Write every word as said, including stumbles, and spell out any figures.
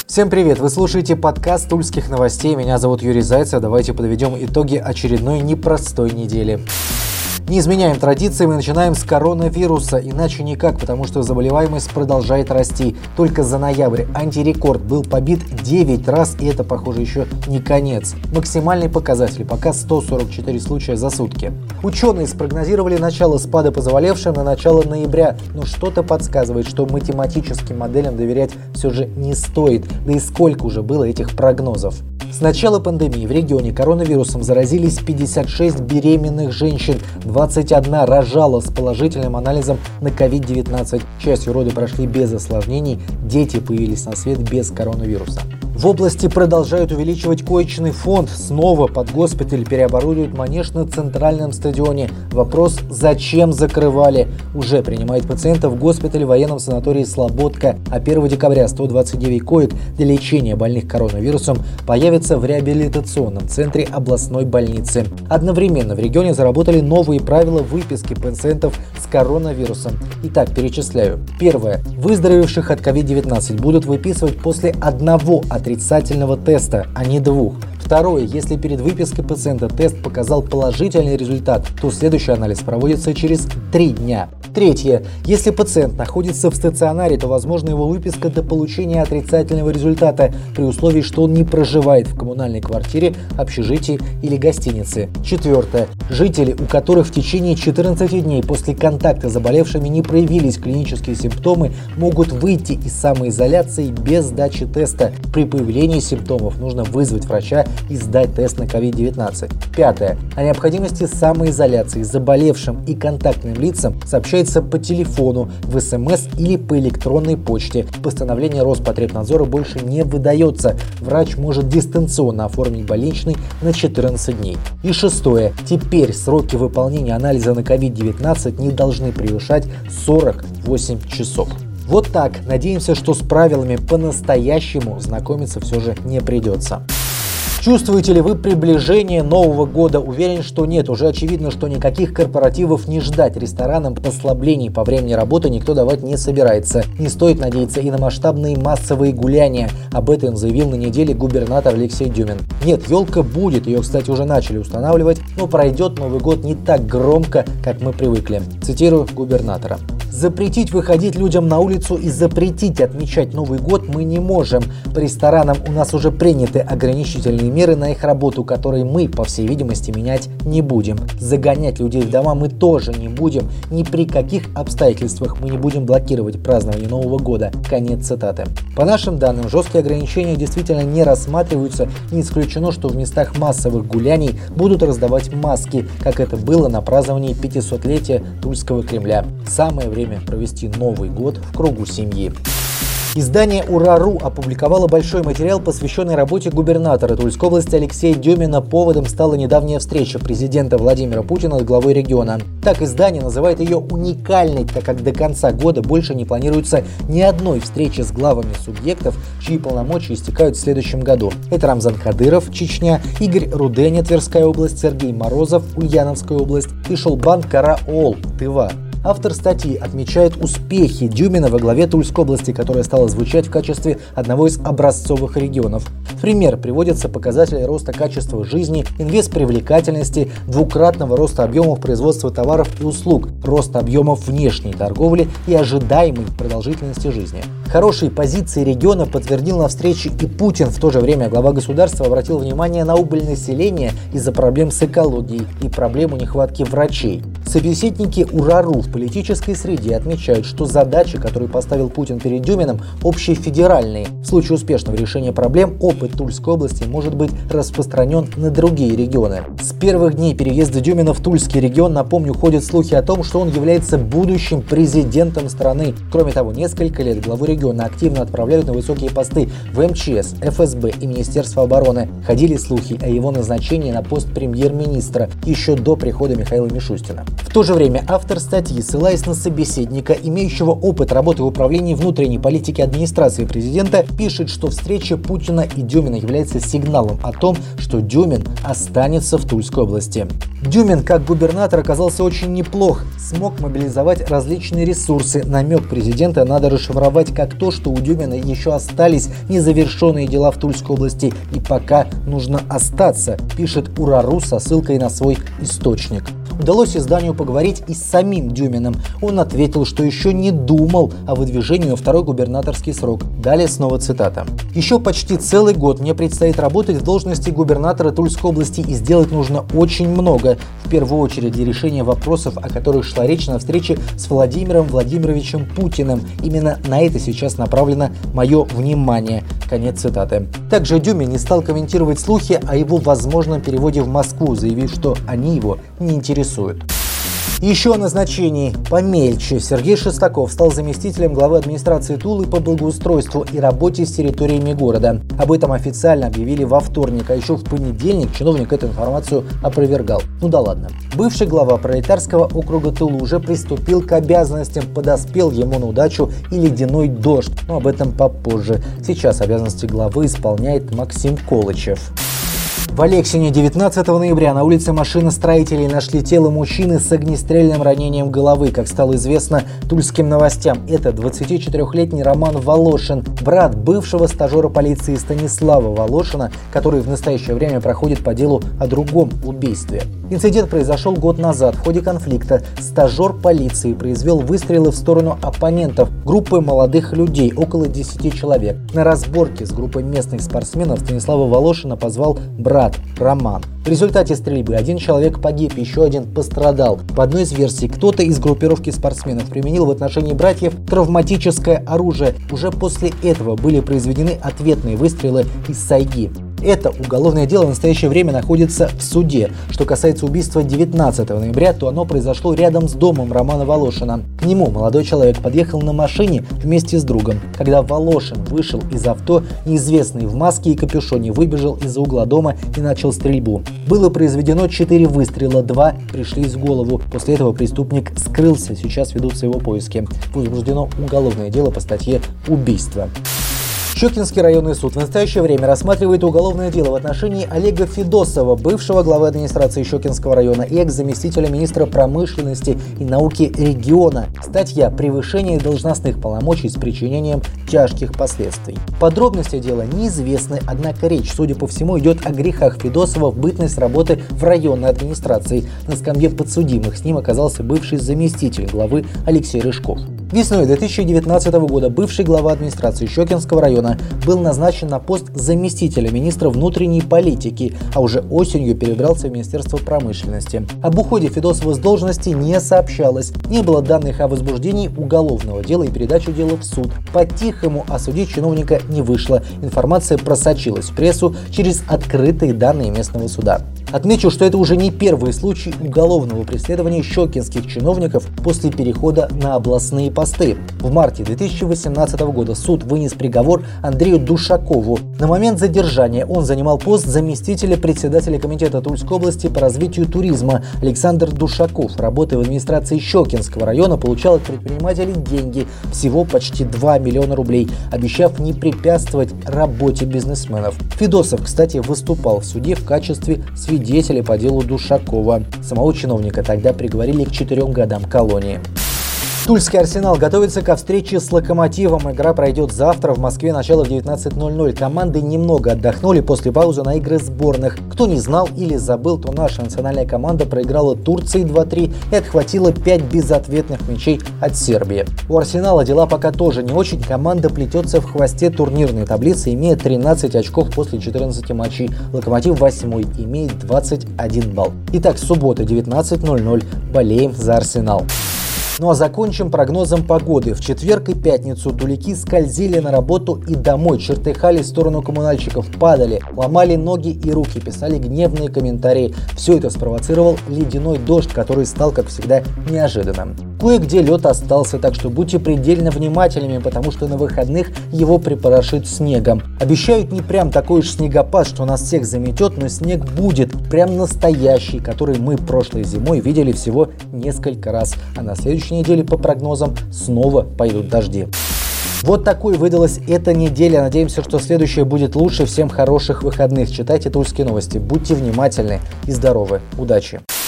Всем привет! Вы слушаете подкаст Тульских новостей. Меня зовут Юрий Зайцев. Давайте подведем итоги очередной непростой недели. Не изменяем традиции, мы начинаем с коронавируса, иначе никак, потому что заболеваемость продолжает расти. Только за ноябрь антирекорд был побит девять раз, и это, похоже, еще не конец. Максимальный показатель пока сто сорок четыре случая за сутки. Ученые спрогнозировали начало спада по заболевшим на начало ноября, но что-то подсказывает, что математическим моделям доверять все же не стоит. Да и сколько уже было этих прогнозов. С начала пандемии в регионе коронавирусом заразились пятьдесят шесть беременных женщин, двадцать одна рожала с положительным анализом на ковид девятнадцать. К счастью, роды прошли без осложнений, дети появились на свет без коронавируса. В области продолжают увеличивать коечный фонд. Снова под госпиталь переоборудуют манеж на центральном стадионе. Вопрос: зачем закрывали? Уже принимает пациентов в госпитале в военном санатории Слободка. А первого декабря сто двадцать девять коек для лечения больных коронавирусом появятся в реабилитационном центре областной больницы. Одновременно в регионе заработали новые правила выписки пациентов с коронавирусом. Итак, перечисляю. Первое. Выздоровевших от ковид девятнадцать будут выписывать после одного отрицательного теста, а не двух. Второе. Если перед выпиской пациента тест показал положительный результат, то следующий анализ проводится через три дня. Третье. Если пациент находится в стационаре, то возможна его выписка до получения отрицательного результата, при условии, что он не проживает в коммунальной квартире, общежитии или гостинице. Четвертое. Жители, у которых в течение четырнадцати дней после контакта с заболевшими не проявились клинические симптомы, могут выйти из самоизоляции без сдачи теста. При появлении симптомов нужно вызвать врача и сдать тест на ковид девятнадцать. Пятое. О необходимости самоизоляции заболевшим и контактным лицам сообщается по телефону, в СМС или по электронной почте. Постановление Роспотребнадзора больше не выдается. Врач может дистанционно оформить больничный на четырнадцать дней. И шестое. Теперь сроки выполнения анализа на ковид девятнадцать не должны превышать сорок восемь часов. Вот так. Надеемся, что с правилами по-настоящему знакомиться все же не придется. Чувствуете ли вы приближение Нового года? Уверен, что нет. Уже очевидно, что никаких корпоративов не ждать. Ресторанам послаблений по времени работы никто давать не собирается. Не стоит надеяться и на масштабные массовые гуляния. Об этом заявил на неделе губернатор Алексей Дюмин. Нет, елка будет. Ее, кстати, уже начали устанавливать. Но пройдет Новый год не так громко, как мы привыкли. Цитирую губернатора. Запретить выходить людям на улицу и запретить отмечать Новый год мы не можем. По ресторанам у нас уже приняты ограничительные меры на их работу, которые мы, по всей видимости, менять не будем. Загонять людей в дома мы тоже не будем. Ни при каких обстоятельствах мы не будем блокировать празднование Нового года. Конец цитаты. По нашим данным, жесткие ограничения действительно не рассматриваются. Не исключено, что в местах массовых гуляний будут раздавать маски, как это было на праздновании пятисотлетия Тульского Кремля. Самое время провести Новый год в кругу семьи. Издание «Ура.ру» опубликовало большой материал, посвященный работе губернатора Тульской области Алексея Дюмина. Поводом стала недавняя встреча президента Владимира Путина с главой региона. Так издание называет ее уникальной, так как до конца года больше не планируется ни одной встречи с главами субъектов, чьи полномочия истекают в следующем году. Это Рамзан Кадыров, Чечня, Игорь Руденя, Тверская область, Сергей Морозов, Ульяновская область и Шолбан Караол, Тыва. Автор статьи отмечает успехи Дюмина во главе Тульской области, которая стала звучать в качестве одного из образцовых регионов. В пример приводятся показатели роста качества жизни, инвестпривлекательности, двукратного роста объемов производства товаров и услуг, роста объемов внешней торговли и ожидаемой продолжительности жизни. Хорошие позиции региона подтвердил на встрече и Путин. В то же время глава государства обратил внимание на убыль населения из-за проблем с экологией и проблему нехватки врачей. Собеседники «Ура.ру» в политической среде отмечают, что задачи, которые поставил Путин перед Дюминым, общефедеральные. В случае успешного решения проблем опыт Тульской области может быть распространен на другие регионы. С первых дней переезда Дюмина в Тульский регион, напомню, ходят слухи о том, что он является будущим президентом страны. Кроме того, несколько лет главу региона активно отправляют на высокие посты в эм че эс, эф эс бэ и Министерство обороны. Ходили слухи о его назначении на пост премьер-министра еще до прихода Михаила Мишустина. В то же время автор статьи Судьи, ссылаясь на собеседника, имеющего опыт работы в управлении внутренней политики администрации президента, пишет, что встреча Путина и Дюмина является сигналом о том, что Дюмин останется в Тульской области. Дюмин как губернатор оказался очень неплох, смог мобилизовать различные ресурсы. Намек президента надо расшифровать как то, что у Дюмина еще остались незавершенные дела в Тульской области и пока нужно остаться, пишет Урару со ссылкой на свой источник. Удалось изданию поговорить и с самим Дюминым. Он ответил, что еще не думал о выдвижении на второй губернаторский срок. Далее снова цитата. «Еще почти целый год мне предстоит работать в должности губернатора Тульской области, и сделать нужно очень много. В первую очередь для решения вопросов, о которых шла речь на встрече с Владимиром Владимировичем Путиным. Именно на это сейчас направлено мое внимание». Конец цитаты. Также Дюмин не стал комментировать слухи о его возможном переводе в Москву, заявив, что они его не интересуют. Еще о назначении помельче. Сергей Шестаков стал заместителем главы администрации Тулы по благоустройству и работе с территориями города. Об этом официально объявили во вторник, а еще в понедельник чиновник эту информацию опровергал. Ну да ладно. Бывший глава пролетарского округа Тулы уже приступил к обязанностям, подоспел ему на удачу и ледяной дождь. Но об этом попозже. Сейчас обязанности главы исполняет Максим Колычев. В Алексине девятнадцатого ноября на улице машиностроителей нашли тело мужчины с огнестрельным ранением головы. Как стало известно тульским новостям, это двадцатичетырёхлетний Роман Волошин, брат бывшего стажера полиции Станислава Волошина, который в настоящее время проходит по делу о другом убийстве. Инцидент произошел год назад. В ходе конфликта стажер полиции произвел выстрелы в сторону оппонентов группы молодых людей, около десяти человек. На разборке с группой местных спортсменов Станислава Волошина позвал брат Роман. В результате стрельбы один человек погиб, еще один пострадал. По одной из версий, кто-то из группировки спортсменов применил в отношении братьев травматическое оружие. Уже после этого были произведены ответные выстрелы из сайги. Это уголовное дело в настоящее время находится в суде. Что касается убийства девятнадцатого ноября, то оно произошло рядом с домом Романа Волошина. К нему молодой человек подъехал на машине вместе с другом. Когда Волошин вышел из авто, неизвестный в маске и капюшоне выбежал из-за угла дома и начал стрельбу. Было произведено четыре выстрела, два пришлись в голову. После этого преступник скрылся, сейчас ведутся его поиски. Возбуждено уголовное дело по статье «Убийство». Щекинский районный суд в настоящее время рассматривает уголовное дело в отношении Олега Федосова, бывшего главы администрации Щекинского района и экс-заместителя министра промышленности и науки региона. Статья «Превышение должностных полномочий с причинением тяжких последствий». Подробности дела неизвестны, однако речь, судя по всему, идет о грехах Федосова в бытность работы в районной администрации. На скамье подсудимых с ним оказался бывший заместитель главы Алексей Рыжков. Весной две тысячи девятнадцатого года бывший глава администрации Щекинского района был назначен на пост заместителя министра внутренней политики, а уже осенью перебрался в Министерство промышленности. Об уходе Федосова с должности не сообщалось, не было данных о возбуждении уголовного дела и передаче дела в суд. По-тихому осудить чиновника не вышло, информация просочилась в прессу через открытые данные местного суда. Отмечу, что это уже не первый случай уголовного преследования щекинских чиновников после перехода на областные посты. В марте две тысячи восемнадцатого года суд вынес приговор Андрею Душакову. На момент задержания он занимал пост заместителя председателя комитета Тульской области по развитию туризма. Александр Душаков, работая в администрации Щекинского района, получал от предпринимателей деньги, всего почти два миллиона рублей, обещав не препятствовать работе бизнесменов. Федосов, кстати, выступал в суде в качестве свидетеля по делу Душакова. Самого чиновника тогда приговорили к четырем годам колонии. Тульский «Арсенал» готовится ко встрече с «Локомотивом». Игра пройдет завтра в Москве, начало в девятнадцать ноль ноль. Команды немного отдохнули после паузы на игры сборных. Кто не знал или забыл, то наша национальная команда проиграла Турции два три и отхватила пять безответных мячей от Сербии. У «Арсенала» дела пока тоже не очень. Команда плетется в хвосте турнирной таблицы, имея тринадцать очков после четырнадцати матчей. «Локомотив» восьмой, имеет двадцать один балл. Итак, суббота, девятнадцать ноль ноль. Болеем за «Арсенал». Ну а закончим прогнозом погоды. В четверг и пятницу туляки скользили на работу и домой, чертыхали в сторону коммунальщиков, падали, ломали ноги и руки, писали гневные комментарии. Все это спровоцировал ледяной дождь, который стал, как всегда, неожиданным. Кое-где лед остался, так что будьте предельно внимательными, потому что на выходных его припорошит снегом. Обещают не прям такой уж снегопад, что нас всех заметет, но снег будет прям настоящий, который мы прошлой зимой видели всего несколько раз. А на следующей неделе, по прогнозам, снова пойдут дожди. Вот такой выдалась эта неделя. Надеемся, что следующая будет лучше. Всем хороших выходных. Читайте Тульские новости. Будьте внимательны и здоровы. Удачи!